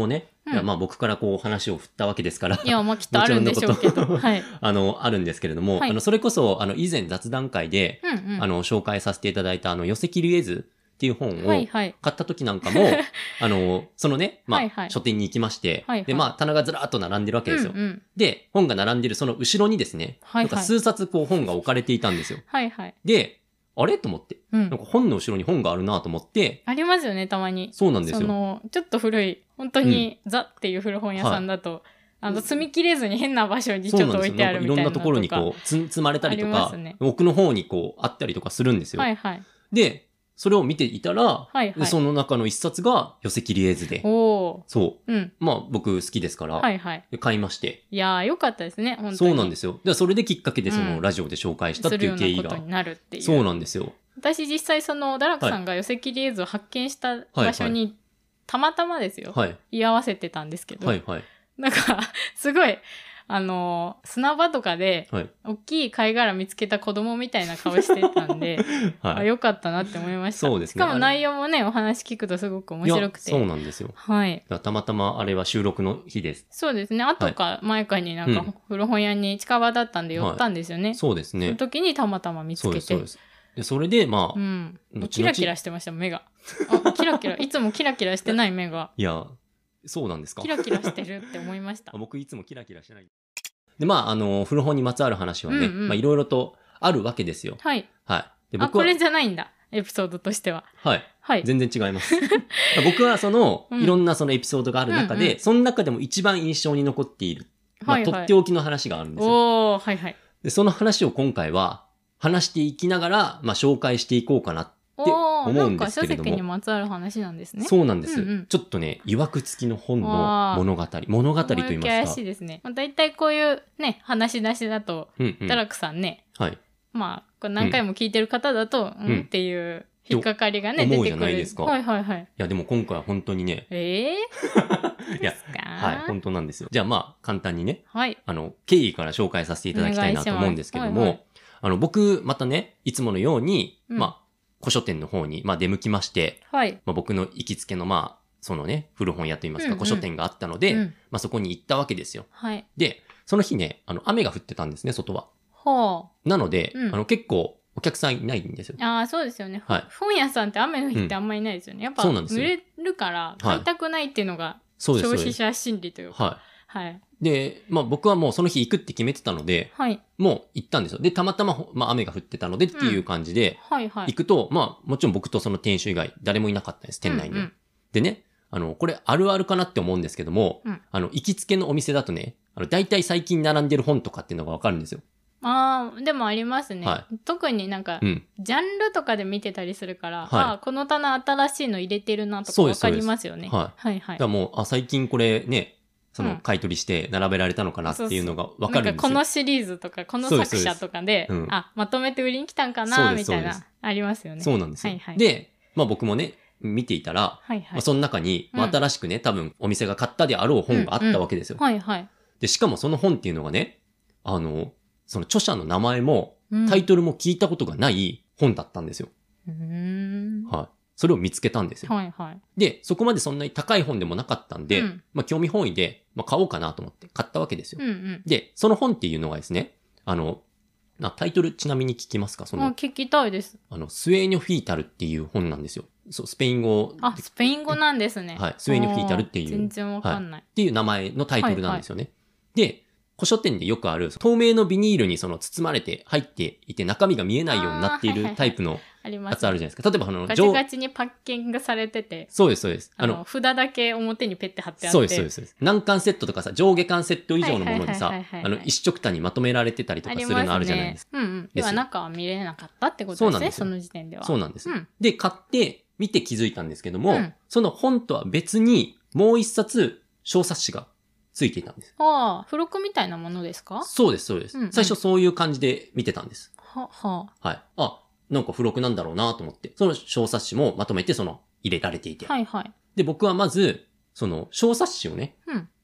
Speaker 1: いやまあ僕からこう話を振ったわけですから。
Speaker 2: いや、まあきっとあるんでしょうけど。はい。
Speaker 1: あるんですけれども、はい、それこそ、以前雑談会で、紹介させていただいた、寄せキリエズっていう本を買った時なんかも、はいはい、そのね、まあ、はいはい、書店に行きまして、はいはい、で、まあ、棚がずらーっと並んでるわけですよ。で、本が並んでるその後ろにですね、はいはい、なんか数冊こう本が置かれていたんですよ。はいはい。で、あれと思って。なんか本の後ろに本があるなと思って。
Speaker 2: ありますよね、たまに。
Speaker 1: そうなんですよ。
Speaker 2: ちょっと古い、本当にザっていう古本屋さんだと、積み切れずに変な場所にちょっと置いてあるみたいなのとか。いろんなところ
Speaker 1: にこう、積まれたりとか、ね、奥の方にこう、あったりとかするんですよ。はいはい。で、それを見ていたら、はいはい、その中の一冊が、寄せキリエズで。そう。うん。まあ、僕好きですから、はいはい。買いまして。
Speaker 2: いやー、よかったですね、本当に。
Speaker 1: そうなんですよ。で、それできっかけでそのラジオで紹介したっていう経緯が。
Speaker 2: するようなことになるっていう。
Speaker 1: そうなんですよ。
Speaker 2: 私実際ダラクさんが寄せキリエズを発見した場所に、たまたまですよ。はい。居合わせてたんですけど。はいはい。なんか、すごい、砂場とかで、はい、大きい貝殻見つけた子供みたいな顔してたんで、はい、よかったなって思いました。そうですね。しかも内容もね、お話聞くとすごく面白くて。
Speaker 1: そうなんですよ。はい。たまたまあれは収録の日です。
Speaker 2: そうですね。後か前かになんか古本屋に近場だったんで寄ったんですよね。はい、
Speaker 1: そうですね。
Speaker 2: その時にたまたま見つけて。そうです。
Speaker 1: で、それで、まあ、うん。
Speaker 2: キラキラしてました、目が。キラキラ。いつもキラキラしてない目が。
Speaker 1: いや、そうなんですか。
Speaker 2: キラキラしてるって思いました。
Speaker 1: 僕いつもキラキラしてない。で、まあ、古本にまつわる話はね、まあ、いろいろとあるわけですよ。はい。はい。
Speaker 2: で、僕はこれじゃないんだ。エピソードとしては。
Speaker 1: はい。はい。全然違います。僕はいろんなそのエピソードがある中で、その中でも一番印象に残っている、まあ、とっておきの話があるんですよ。おー、はいはい。で、その話を今回は、話していきながら、まあ、紹介していこうかなって思うんですけれども。
Speaker 2: 書籍にまつわる話なんですね。
Speaker 1: そうなんです。ちょっとね、曰く付きの本の物語と言いますか。
Speaker 2: 怪しいですね。だいたいこういうね、話し出しだと、ダラクさんね。はい。まあ、これ何回も聞いてる方だと、っていう引っかかりがね、出てくる。思うじゃないですか。はいはいはい。い
Speaker 1: や、でも今回は本当にね。いや、はい、本当なんですよ。じゃあまあ、簡単にね。はい。経緯から紹介させていただきたいなと思うんですけども、僕、またね、いつものように、まあ、古書店の方に、まあ、出向きまして、はい。まあ、僕の行きつけの、まあ、そのね、古本屋といいますか、古書店があったので、まあ、そこに行ったわけですよ。はい。で、その日ね、雨が降ってたんですね、外は。はあ。なので、結構、お客さんいないんですよ。
Speaker 2: ああ、そうですよね。はい。本屋さんって雨の日ってあんまりいないですよね。やっぱ、濡れるから、買いたくないっていうのが、消費者心理というか。はい。はい。
Speaker 1: で、まあ僕はもうその日行くって決めてたので、はい。もう行ったんですよ。で、たまたま、まあ雨が降ってたのでっていう感じで、はいはい。行くと、まあもちろん僕とその店主以外誰もいなかったです、店内に。でね、これあるあるかなって思うんですけども、行きつけのお店だとね、大体最近並んでる本とかっていうのがわかるんですよ。
Speaker 2: ああ、でもありますね。はい、特になんか、ジャンルとかで見てたりするから、ああ、この棚新しいの入れてるなとかわかりますよね。はい。はいはい。
Speaker 1: だからもう、最近これね、買い取りして並べられたのかなっていうのがわかるんですよ。なんか
Speaker 2: このシリーズとか、この作者とかで、まとめて売りに来たんかなみたいな、ありますよね。
Speaker 1: そうなんですよ。はいはい、で、まあ僕もね、見ていたら、はいはいまあ、その中に、新しくね、多分お店が買ったであろう本があったわけですよ。はいはい。で、しかもその本っていうのがね、その著者の名前も、タイトルも聞いたことがない本だったんですよ。はい。それを見つけたんですよ。はいはい。で、そこまでそんなに高い本でもなかったんで、まあ興味本位で、まあ買おうかなと思って買ったわけですよ。で、その本っていうのがですね、タイトルちなみに聞きますか？
Speaker 2: 聞きたいです。
Speaker 1: スウェーニョフィータルっていう本なんですよ。そう、スペイン語。
Speaker 2: あ、スペイン語なんですね。
Speaker 1: はい。スウェーニョフィータルっていう。
Speaker 2: 全然わかんない、
Speaker 1: っていう名前のタイトルなんですよね。で、古書店でよくある透明のビニールに包まれて入っていて中身が見えないようになっているタイプのやつあるじゃないですか。例えば
Speaker 2: ガチガチにパッケングされてて。
Speaker 1: そうです、そうです。
Speaker 2: 札だけ表にペッて貼ってあって。
Speaker 1: そうです、そうです。何巻セットとかさ、上下巻セット以上のものにさ、一色単にまとめられてたりとかするのあるじゃないですか。うんうん。
Speaker 2: では中は見れなかったってことですね、その時点では。
Speaker 1: そうなんです。で、買って見て気づいたんですけども、その本とは別にもう一冊小冊子がついていたんです。
Speaker 2: はあ、付録みたいなものですか？
Speaker 1: そうです、そうです。最初そういう感じで見てたんです。は、はあ。はい。あ、なんか付録なんだろうなと思って、その小冊子もまとめて入れられていて。はいはい。で、僕はまず、その小冊子をね、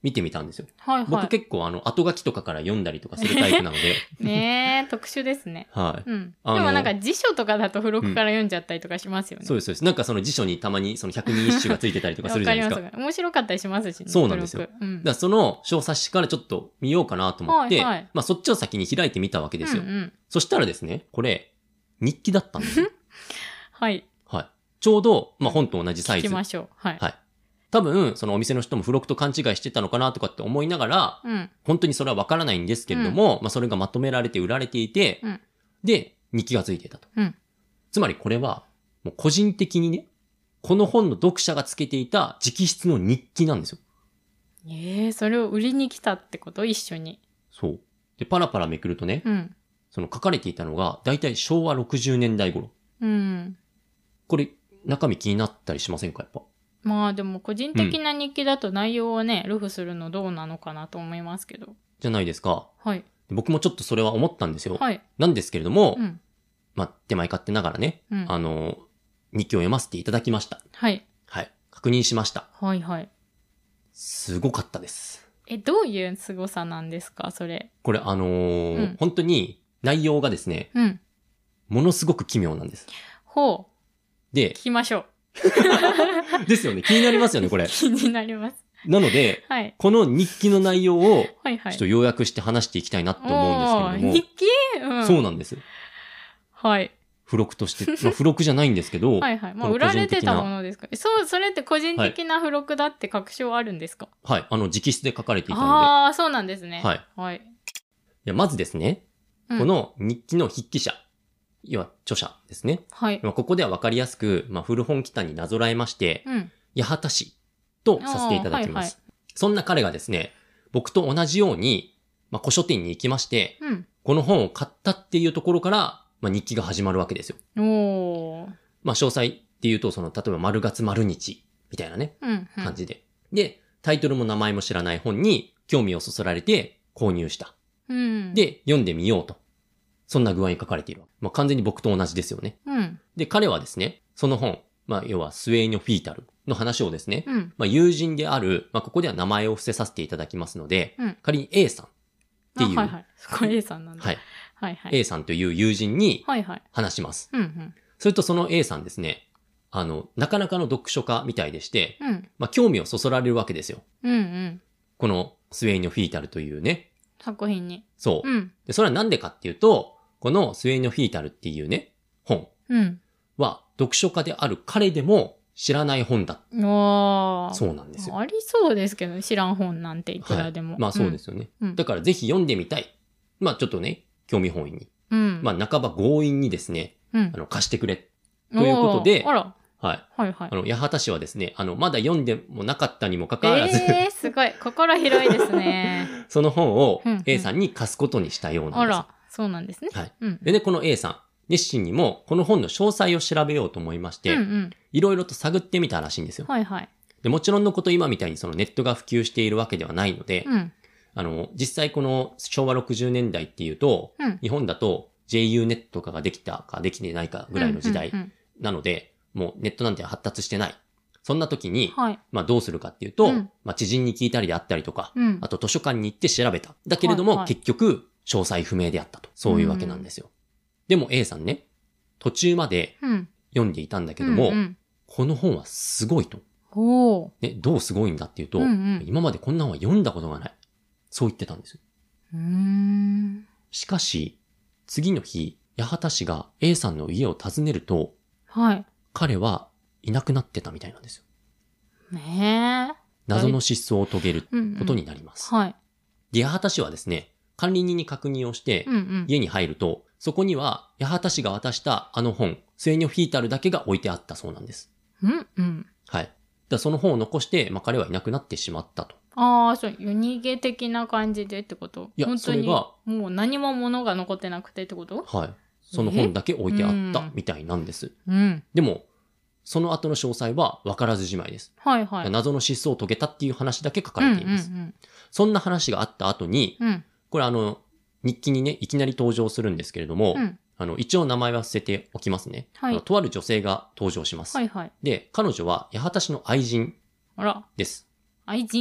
Speaker 1: 見てみたんですよ。
Speaker 2: はいはい。
Speaker 1: 僕結構後書きとかから読んだりとかするタイプなので。
Speaker 2: ねえ、特殊ですね。
Speaker 1: はい。
Speaker 2: うん。でもなんか辞書とかだと付録から読んじゃったりとかしますよね。
Speaker 1: そうです、そうです。なんかその辞書にたまにその百人一首がついてたりとかするじゃないですか。
Speaker 2: わかります。面白かったりしますしね。
Speaker 1: そうなんですよ。
Speaker 2: うん。
Speaker 1: だからその小冊子からちょっと見ようかなと思って、はいはい、まあそっちを先に開いてみたわけですよ。うんうん、そしたらですね、これ、日記だったんですよ。
Speaker 2: はい。
Speaker 1: はい。ちょうど、まあ本と同じサイズ。
Speaker 2: 聞きましょう。はい。
Speaker 1: はい。多分、そのお店の人も付録と勘違いしてたのかなとかって思いながら、うん、本当にそれはわからないんですけれども、まあそれがまとめられて売られていて、で、日記がついていたと。つまりこれは、もう個人的にね、この本の読者がつけていた直筆の日記なんですよ。
Speaker 2: それを売りに来たってこと一緒に。
Speaker 1: そう。で、パラパラめくるとね、その書かれていたのが、だいたい昭和60年代頃。これ、中身気になったりしませんか、やっぱ。
Speaker 2: まあでも個人的な日記だと内容をね、ルフするのどうなのかなと思いますけど。
Speaker 1: じゃないですか。
Speaker 2: はい。
Speaker 1: 僕もちょっとそれは思ったんですよ。
Speaker 2: はい。
Speaker 1: なんですけれども、まあ、手前勝手ながらね、日記を読ませていただきました。
Speaker 2: はい。
Speaker 1: はい。確認しました。
Speaker 2: はいはい。
Speaker 1: すごかったです。
Speaker 2: どういう凄さなんですか、それ。
Speaker 1: これ本当に内容がですね、ものすごく奇妙なんです。
Speaker 2: ほう。
Speaker 1: で、
Speaker 2: 聞きましょう。
Speaker 1: ですよね。気になりますよね、これ。
Speaker 2: 気になります。
Speaker 1: なので、
Speaker 2: はい、
Speaker 1: この日記の内容を、
Speaker 2: はいはい、
Speaker 1: ちょっと要約して話していきたいなって思うんですけれども。
Speaker 2: 日記、
Speaker 1: そうなんです。
Speaker 2: はい。
Speaker 1: 付録として、まあ、付録じゃないんですけど。
Speaker 2: はいはい。まあ、売られてたものですか。それって個人的な付録だって確証あるんですか？
Speaker 1: はい。直筆で書かれていたので。
Speaker 2: ああ、そうなんですね。
Speaker 1: はい。
Speaker 2: はい。
Speaker 1: まずですね、この日記の筆記者。要は著者ですね。
Speaker 2: はい。
Speaker 1: ここでは分かりやすく、古本機関になぞらえまして、八幡氏とさせていただきます。はいはい、そんな彼がですね、僕と同じように、古書店に行きまして、この本を買ったっていうところから、日記が始まるわけですよ。
Speaker 2: おー。
Speaker 1: 詳細っていうと、例えば丸月丸日みたいなね、感じで。で、タイトルも名前も知らない本に興味をそそられて購入した。で、読んでみようと。そんな具合に書かれている。完全に僕と同じですよね。で、彼はですね、その本、要はスウェーニョフィータルの話をですね、友人である、ここでは名前を伏せさせていただきますので、仮に A さんっていう。
Speaker 2: はいはい。これ A さんなんだ。
Speaker 1: はい。
Speaker 2: はいはい。
Speaker 1: A さんという友人に話します。それとその A さんですね、なかなかの読書家みたいでして、興味をそそられるわけですよ。このスウェーニョフィータルというね、
Speaker 2: 作品に。
Speaker 1: そう。で、それはなんでかっていうと、このスウェーニョフィータルっていうね、本は、読書家である彼でも知らない本だ。そうなんですよ。
Speaker 2: ありそうですけど、知らん本なんていくらでも。
Speaker 1: はい、そうですよね。だからぜひ読んでみたい。ちょっとね、興味本位に。半ば強引にですね、貸してくれ。ということで、はい。
Speaker 2: はいはい。
Speaker 1: 八幡氏はですね、まだ読んでもなかったにもかかわらず
Speaker 2: すごい。心広いですね。
Speaker 1: その本を A さんに貸すことにしたようなんです。
Speaker 2: そうなんですね。
Speaker 1: はい。でね、この A さん、熱心にもこの本の詳細を調べようと思いまして、いろいろと探ってみたらしいんですよ。
Speaker 2: はいはい。
Speaker 1: で、もちろんのこと今みたいにそのネットが普及しているわけではないので、実際この昭和60年代っていうと、日本だと JU ネットとかができたかできてないかぐらいの時代なので、もうネットなんて発達してない。そんな時に、どうするかっていうと、知人に聞いたりであったりとか、あと図書館に行って調べた。だけれども、結局、詳細不明であったと。そういうわけなんですよ。でも A さんね、途中まで読んでいたんだけども、この本はすごいと。ね、どうすごいんだっていうと、今までこんな本は読んだことがない。そう言ってたんですよ。しかし、次の日、八幡氏が A さんの家を訪ねると、彼はいなくなってたみたいなんですよ。謎の失踪を遂げることになります。で、八幡氏はですね、管理人に確認をして、家に入ると、そこには八幡氏が渡したあの本、スウェーニョフィータルだけが置いてあったそうなんです。はい。その本を残して、彼はいなくなってしまったと。
Speaker 2: そう、夜逃げ的な感じでってこと？
Speaker 1: いや、それが、
Speaker 2: もう何も物が残ってなくてってこと？
Speaker 1: はい。その本だけ置いてあったみたいなんです。でも、その後の詳細は分からずじまいです。謎の失踪を遂げたっていう話だけ書かれています。そんな話があった後に、これ日記にね、いきなり登場するんですけれども、一応名前は伏せておきますね。とある女性が登場します。で、彼女は八幡氏の愛人です。
Speaker 2: 愛人。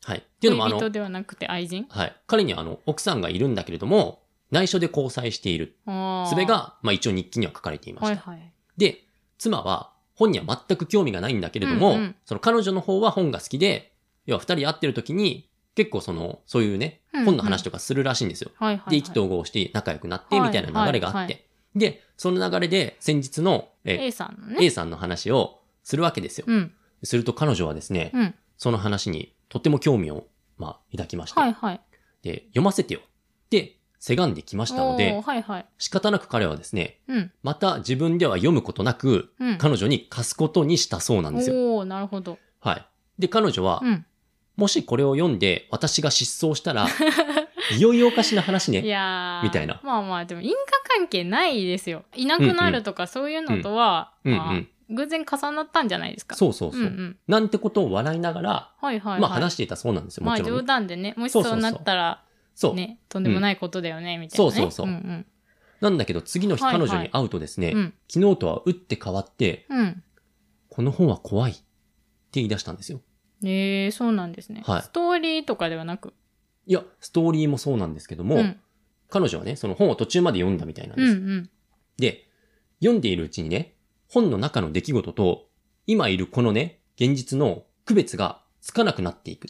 Speaker 1: はい。っていうのも
Speaker 2: 恋人ではなくて愛人？
Speaker 1: はい。彼には奥さんがいるんだけれども、内緒で交際している。それが、まあ一応日記には書かれていました。はいはい。で、妻は本には全く興味がないんだけれども、うんうん、その彼女の方は本が好きで、要は二人会ってる時に、結構そういうね、本の話とかするらしいんですよ。はいはいはい、で、意気投合して仲良くなって、みたいな流れがあって、はいはいはい、で、その流れで先日の、
Speaker 2: A さんのね。
Speaker 1: A さんの話をするわけですよ。うん、すると彼女はですね、うん、その話にとっても興味を、まあ、抱きまして、はいはい、で、読ませてよってせがんできましたので、はいはい、仕方なく彼はですね、うん、また自分では読むことなく、うん、彼女に貸すことにしたそうなんですよ。
Speaker 2: おー、なるほど。
Speaker 1: はい。で、彼女は、うん、もしこれを読んで私が失踪したら、いよいよおかしな話ね。いやみたいな。
Speaker 2: まあまあ、でも因果関係ないですよ。いなくなるとかそういうのとは、うんうんまあ、偶然重なったんじゃないですか。
Speaker 1: そうそうそう。うんうん、なんてことを笑いながら、はいはいはい、まあ話していたそうなんですよ。もちろん、ね。
Speaker 2: まあ冗談でね、もしそうなったら、そうね、とんでもないことだよね、みたいな、ね。
Speaker 1: そうそうそう。うんうん、なんだけど次の日彼女に会うとですね、はいはい、昨日とは打って変わって、うん、この本は怖いって言い出したんですよ。
Speaker 2: そうなんですね。はい。ストーリーとかではなく。
Speaker 1: いや、ストーリーもそうなんですけども、うん、彼女はね、その本を途中まで読んだみたいなんです。うんうん、で、読んでいるうちにね、本の中の出来事と、今いるこのね、現実の区別がつかなくなっていく。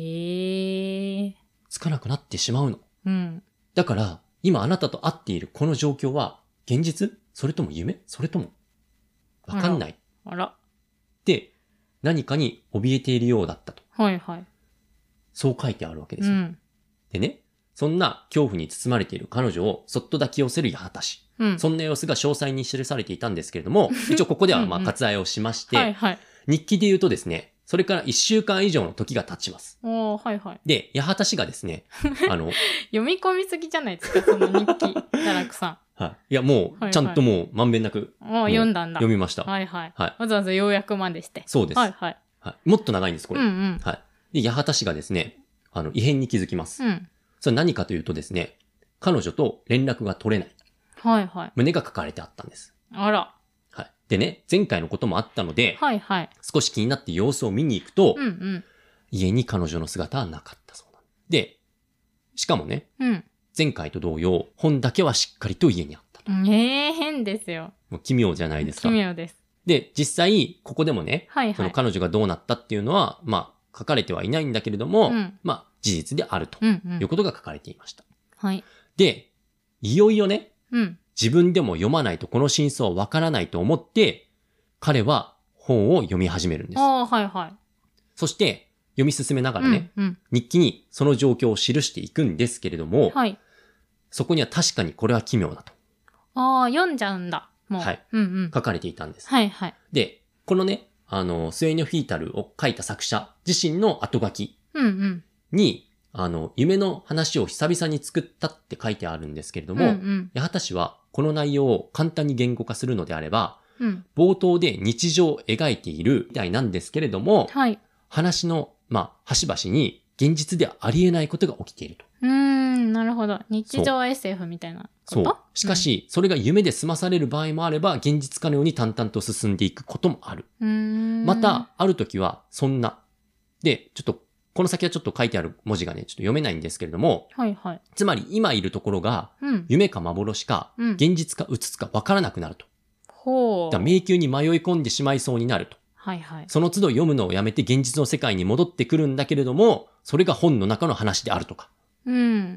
Speaker 1: つかなくなってしまうの。うん。だから、今あなたと会っているこの状況は、現実？それとも夢？それとも、わかんない。
Speaker 2: あら。
Speaker 1: で、何かに怯えているようだったと。
Speaker 2: はいはい。
Speaker 1: そう書いてあるわけですよ。うん、でね、そんな恐怖に包まれている彼女をそっと抱き寄せる八幡氏。うん、そんな様子が詳細に記されていたんですけれども、一応ここではまあ割愛をしまして、はいはい、日記で言うとですね、それから1週間以上の時が経ちます。
Speaker 2: はいはい。
Speaker 1: で、八幡氏がですね、
Speaker 2: 読み込みすぎじゃないですか、その日記、堕落さん。
Speaker 1: はい。いや、もう、ちゃんともう、まんべんなく。
Speaker 2: 読んだんだ。
Speaker 1: 読みました。
Speaker 2: はいはい。はい。わざわざ要約までして。
Speaker 1: そうです。はいはい。はい。もっと長いんです、これ。うんうん。はい。で、八幡氏がですね、異変に気づきます。うん。それは何かというとですね、彼女と連絡が取れない。はいはい。胸が書かれてあったんです。
Speaker 2: あら。
Speaker 1: はい。でね、前回のこともあったので、はいはい。少し気になって様子を見に行くと、うんうん。家に彼女の姿はなかったそうなんで、しかもね、うん。前回と同様、本だけはしっかりと家にあったと。
Speaker 2: 変ですよ。
Speaker 1: もう奇妙じゃないですか。
Speaker 2: 奇妙です。
Speaker 1: で、実際、ここでもね、はいはい。その彼女がどうなったっていうのは、まあ、書かれてはいないんだけれども、うん、まあ、事実であるということが書かれていました。はい。で、いよいよね、うん、自分でも読まないとこの真相はわからないと思って、彼は本を読み始めるんです。
Speaker 2: ああ、はいはい。
Speaker 1: そして、読み進めながらね、うんうん、日記にその状況を記していくんですけれども、はい。そこには確かにこれは奇妙だと。
Speaker 2: ああ、読んじゃうんだ。もう。
Speaker 1: はい。うんうん。書かれていたんです。
Speaker 2: はいはい。
Speaker 1: で、このね、スエニョフィータルを書いた作者自身の後書きに、夢の話を久々に作ったって書いてあるんですけれども、うんうん、八幡氏はこの内容を簡単に言語化するのであれば、うん、冒頭で日常を描いているみたいなんですけれども、はい、話の、まあ、端々に現実ではありえないことが起きていると。
Speaker 2: なるほど。日常 SF みたいなこと？
Speaker 1: そう。しかし、それが夢で済まされる場合もあれば、現実かのように淡々と進んでいくこともある。また、ある時は、そんな。で、ちょっと、この先はちょっと書いてある文字がね、ちょっと読めないんですけれども、はいはい。つまり、今いるところが、夢か幻か、現実かうつつかわからなくなると。ほう。迷宮に迷い込んでしまいそうになると。はいはい。その都度読むのをやめて現実の世界に戻ってくるんだけれども、それが本の中の話であるとか。うん。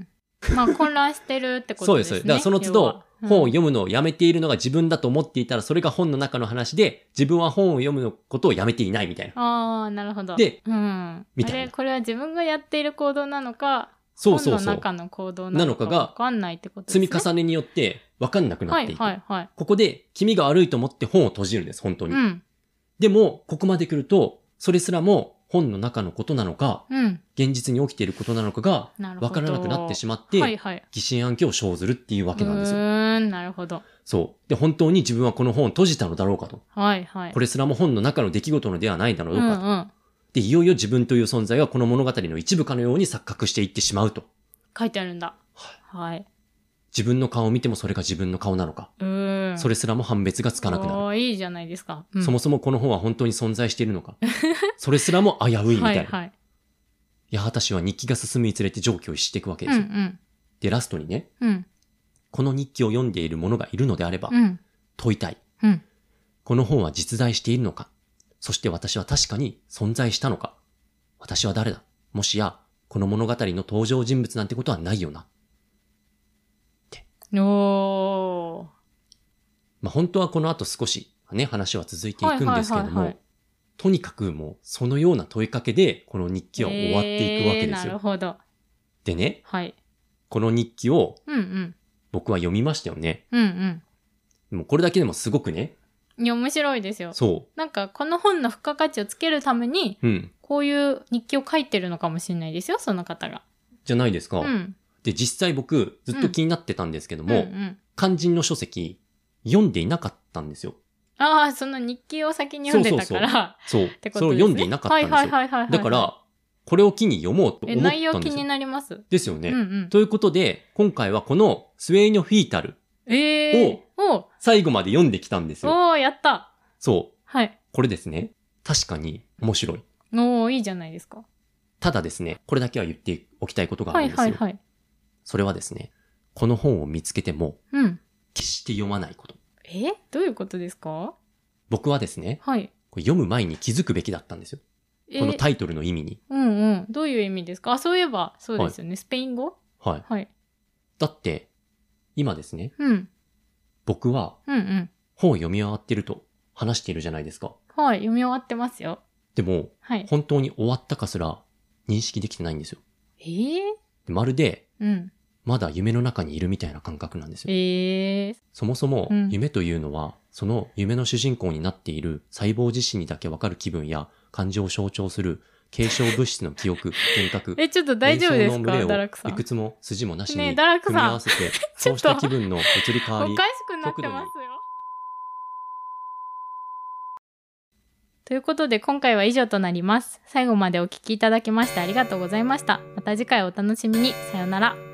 Speaker 2: まあ混乱してるってことですね。そうです。
Speaker 1: だからその都度本を読むのをやめているのが自分だと思っていたら、それが本の中の話で、自分は本を読むことをやめていないみたいな。
Speaker 2: ああ、なるほど。
Speaker 1: で、
Speaker 2: うん。みたいな。これは自分がやっている行動なのか、
Speaker 1: そうそうそう。
Speaker 2: 本の中の行動なのかわかんないってことですね。
Speaker 1: 積み重ねによってわかんなくなっていく。
Speaker 2: はいはいはい。
Speaker 1: ここで気味が悪いと思って本を閉じるんです、本当に。うん。でも、ここまで来ると、それすらも本の中のことなのか、うん、現実に起きていることなのかが、わからなくなってしまって、はいはい、疑心暗鬼を生ずるっていうわけなんですよ。
Speaker 2: なるほど。
Speaker 1: そう。で、本当に自分はこの本を閉じたのだろうかと。
Speaker 2: はいはい。
Speaker 1: これすらも本の中の出来事のではないだろうかと。うんうん、で、いよいよ自分という存在はこの物語の一部かのように錯覚していってしまうと。
Speaker 2: 書いてあるんだ。はい。
Speaker 1: 自分の顔を見てもそれが自分の顔なのか。それすらも判別がつかなくなる。
Speaker 2: いいじゃないですか。
Speaker 1: そもそもこの本は本当に存在しているのか。それすらも危ういみたいな。はいはい。 八幡氏は日記が進むにつれて上記を逸していくわけですよ。で、ラストにね、この日記を読んでいる者がいるのであれば、問いたい。この本は実在しているのか？そして私は確かに存在したのか？私は誰だ？もしや、この物語の登場人物なんてことはないよな。って。
Speaker 2: おー。
Speaker 1: まあ、本当はこの後少しね、話は続いていくんですけども、とにかくもうそのような問いかけで、この日記は終わっていくわけですよ。
Speaker 2: なるほど。
Speaker 1: でね、
Speaker 2: はい。
Speaker 1: この日記を、僕は読みましたよね。もうこれだけでもすごくね。
Speaker 2: いや、面白いですよ。
Speaker 1: そう。
Speaker 2: なんか、この本の付加価値をつけるために、こういう日記を書いてるのかもしれないですよ、その方が。
Speaker 1: じゃないですか。で、実際僕、ずっと気になってたんですけども、肝心の書籍、読んでいなかったんですよ。
Speaker 2: ああ、その日記を先に読んでたから。
Speaker 1: そう。それを読んでいなかったんですよ。だから、これを機に読もうと思ったんですよ。
Speaker 2: 内容気になります。
Speaker 1: ですよね。ということで、今回はこのスウェーニョ・フィータルを最後まで読んできたんですよ。
Speaker 2: おー、やった。
Speaker 1: そう。
Speaker 2: はい。
Speaker 1: これですね。確かに面白い。
Speaker 2: おー、いいじゃないですか。
Speaker 1: ただですね、これだけは言っておきたいことがあるんですよ。それはですね、この本を見つけても、決して読まないこと。
Speaker 2: どういうことですか？
Speaker 1: 僕はですね、
Speaker 2: はい。
Speaker 1: これ読む前に気づくべきだったんですよ。このタイトルの意味に。
Speaker 2: どういう意味ですか？あ、そういえば、そうですよね。スペイン語？
Speaker 1: はい。だって、今ですね、僕は、本を読み終わってると話しているじゃないですか。
Speaker 2: はい、読み終わってますよ。
Speaker 1: でも、本当に終わったかすら認識できてないんですよ。まるで、まだ夢の中にいるみたいな感覚なんですよ。そもそも、夢というのは、その夢の主人公になっている細胞自身にだけわかる気分や感情を象徴する継承物質の記憶、幻覚、
Speaker 2: ちょっと大丈夫ですか？ダラクさん。
Speaker 1: いくつも筋もなしに組み
Speaker 2: ダラクさん
Speaker 1: 合わせて、そうした気分の移り変わり。
Speaker 2: おかしくなってますよ。ということで今回は以上となります。最後までお聞きいただきましてありがとうございました。また次回お楽しみに。さようなら。